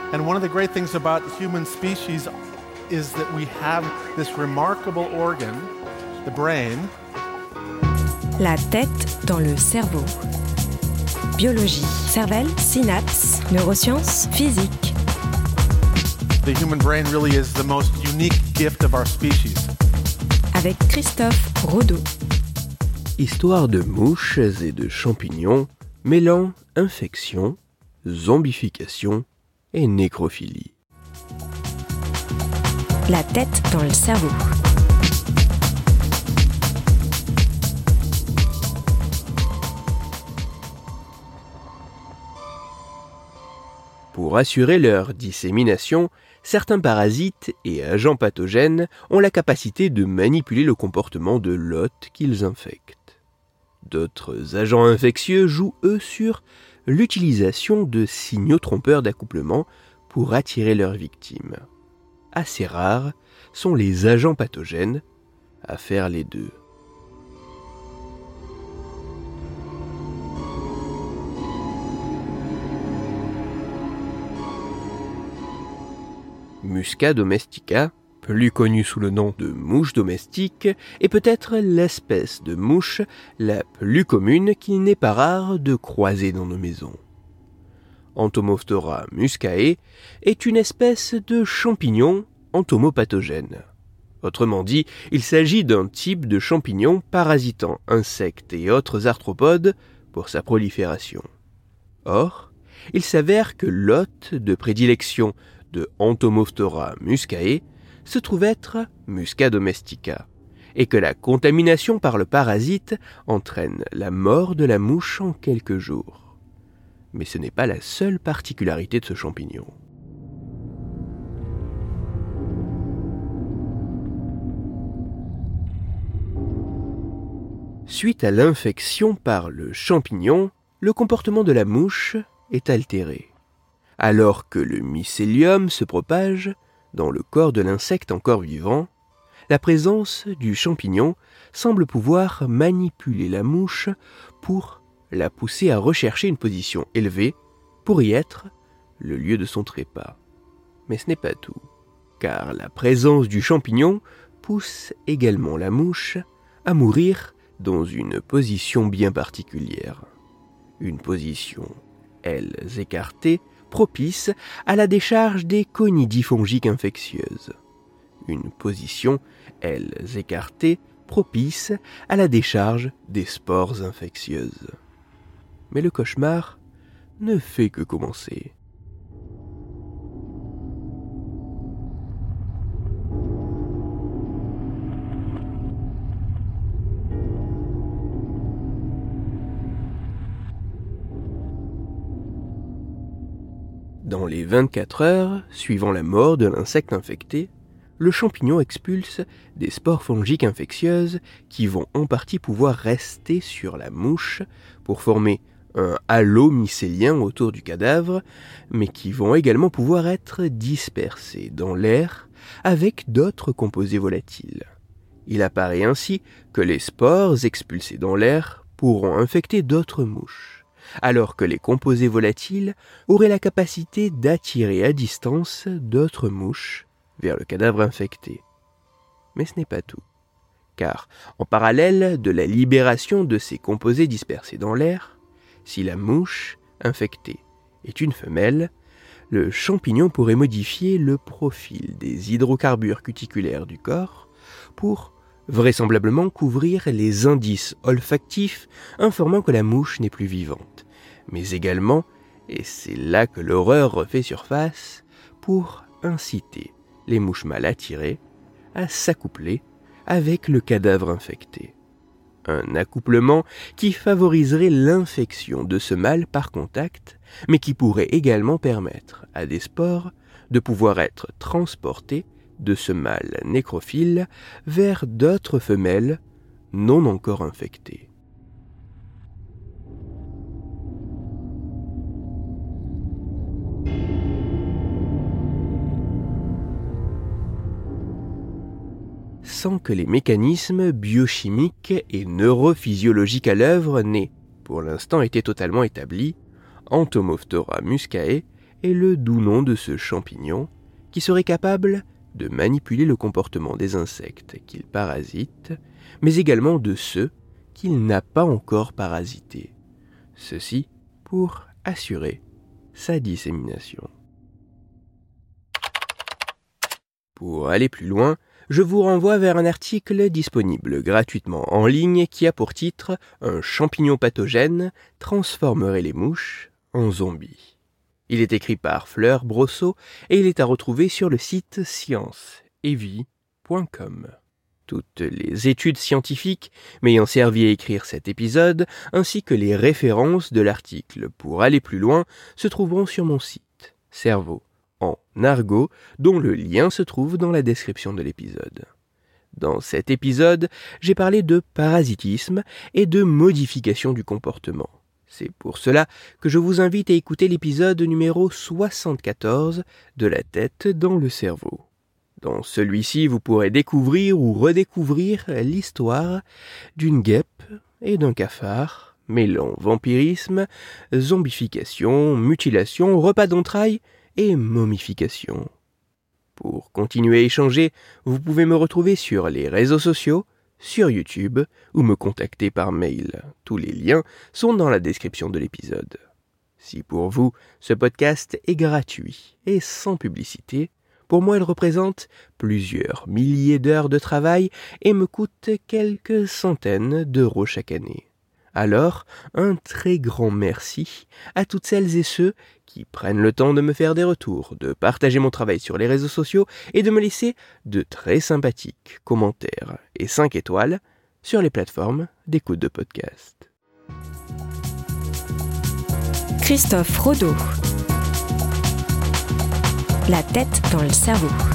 And one of the great things about the human species is that we have this remarkable organ, the brain. La tête dans le cerveau. Biologie, cervelle, synapses, neurosciences, physique. The human brain really is the most unique gift of our species. Avec Christophe Rodeau. Histoire de mouches et de champignons, mêlant infection, zombification et nécrophilie. La tête dans le cerveau. Pour assurer leur dissémination, certains parasites et agents pathogènes ont la capacité de manipuler le comportement de l'hôte qu'ils infectent. D'autres agents infectieux jouent, eux, sur l'utilisation de signaux trompeurs d'accouplement pour attirer leurs victimes. Assez rares sont les agents pathogènes à faire les deux. Musca domestica, plus connue sous le nom de mouche domestique, est peut-être l'espèce de mouche la plus commune qu'il n'est pas rare de croiser dans nos maisons. Entomophthora muscae est une espèce de champignon entomopathogène. Autrement dit, il s'agit d'un type de champignon parasitant insectes et autres arthropodes pour sa prolifération. Or, il s'avère que l'hôte de prédilection de Entomophthora muscae se trouve être Musca domestica, et que la contamination par le parasite entraîne la mort de la mouche en quelques jours. Mais ce n'est pas la seule particularité de ce champignon. Suite à l'infection par le champignon, le comportement de la mouche est altéré. Alors que le mycélium se propage dans le corps de l'insecte encore vivant, la présence du champignon semble pouvoir manipuler la mouche pour la pousser à rechercher une position élevée pour y être le lieu de son trépas. Mais ce n'est pas tout, car la présence du champignon pousse également la mouche à mourir dans une position bien particulière. Une position, ailes écartées, propice à la décharge des conidies fongiques infectieuses. Une position, ailes écartées, propice à la décharge des spores infectieuses. Mais le cauchemar ne fait que commencer. Dans les 24 heures suivant la mort de l'insecte infecté, le champignon expulse des spores fongiques infectieuses qui vont en partie pouvoir rester sur la mouche pour former un halo mycélien autour du cadavre, mais qui vont également pouvoir être dispersés dans l'air avec d'autres composés volatiles. Il apparaît ainsi que les spores expulsés dans l'air pourront infecter d'autres mouches, alors que les composés volatiles auraient la capacité d'attirer à distance d'autres mouches vers le cadavre infecté. Mais ce n'est pas tout, car en parallèle de la libération de ces composés dispersés dans l'air, si la mouche infectée est une femelle, le champignon pourrait modifier le profil des hydrocarbures cuticulaires du corps pour vraisemblablement couvrir les indices olfactifs informant que la mouche n'est plus vivante, mais également, et c'est là que l'horreur refait surface, pour inciter les mouches mal attirées à s'accoupler avec le cadavre infecté. Un accouplement qui favoriserait l'infection de ce mâle par contact, mais qui pourrait également permettre à des spores de pouvoir être transportés de ce mâle nécrophile vers d'autres femelles non encore infectées. Sans que les mécanismes biochimiques et neurophysiologiques à l'œuvre n'aient, pour l'instant, été totalement établis, Entomophthora muscae est le doux nom de ce champignon qui serait capable de manipuler le comportement des insectes qu'il parasite, mais également de ceux qu'il n'a pas encore parasités. Ceci pour assurer sa dissémination. Pour aller plus loin, je vous renvoie vers un article disponible gratuitement en ligne qui a pour titre « Un champignon pathogène transformerait les mouches en zombies ». Il est écrit par Fleur Brosseau et il est à retrouver sur le site scienceetvie.com. Toutes les études scientifiques m'ayant servi à écrire cet épisode, ainsi que les références de l'article pour aller plus loin, se trouveront sur mon site, Cerveau en argot, dont le lien se trouve dans la description de l'épisode. Dans cet épisode, j'ai parlé de parasitisme et de modification du comportement. C'est pour cela que je vous invite à écouter l'épisode numéro 74 de La tête dans le cerveau. Dans celui-ci, vous pourrez découvrir ou redécouvrir l'histoire d'une guêpe et d'un cafard, mêlant vampirisme, zombification, mutilation, repas d'entrailles et momification. Pour continuer à échanger, vous pouvez me retrouver sur les réseaux sociaux, sur YouTube ou me contacter par mail. Tous les liens sont dans la description de l'épisode. Si pour vous, ce podcast est gratuit et sans publicité, pour moi il représente plusieurs milliers d'heures de travail et me coûte quelques centaines d'euros chaque année. Alors, un très grand merci à toutes celles et ceux qui prennent le temps de me faire des retours, de partager mon travail sur les réseaux sociaux et de me laisser de très sympathiques commentaires et 5 étoiles sur les plateformes d'écoute de podcast. Christophe Rodeau. La tête dans le cerveau.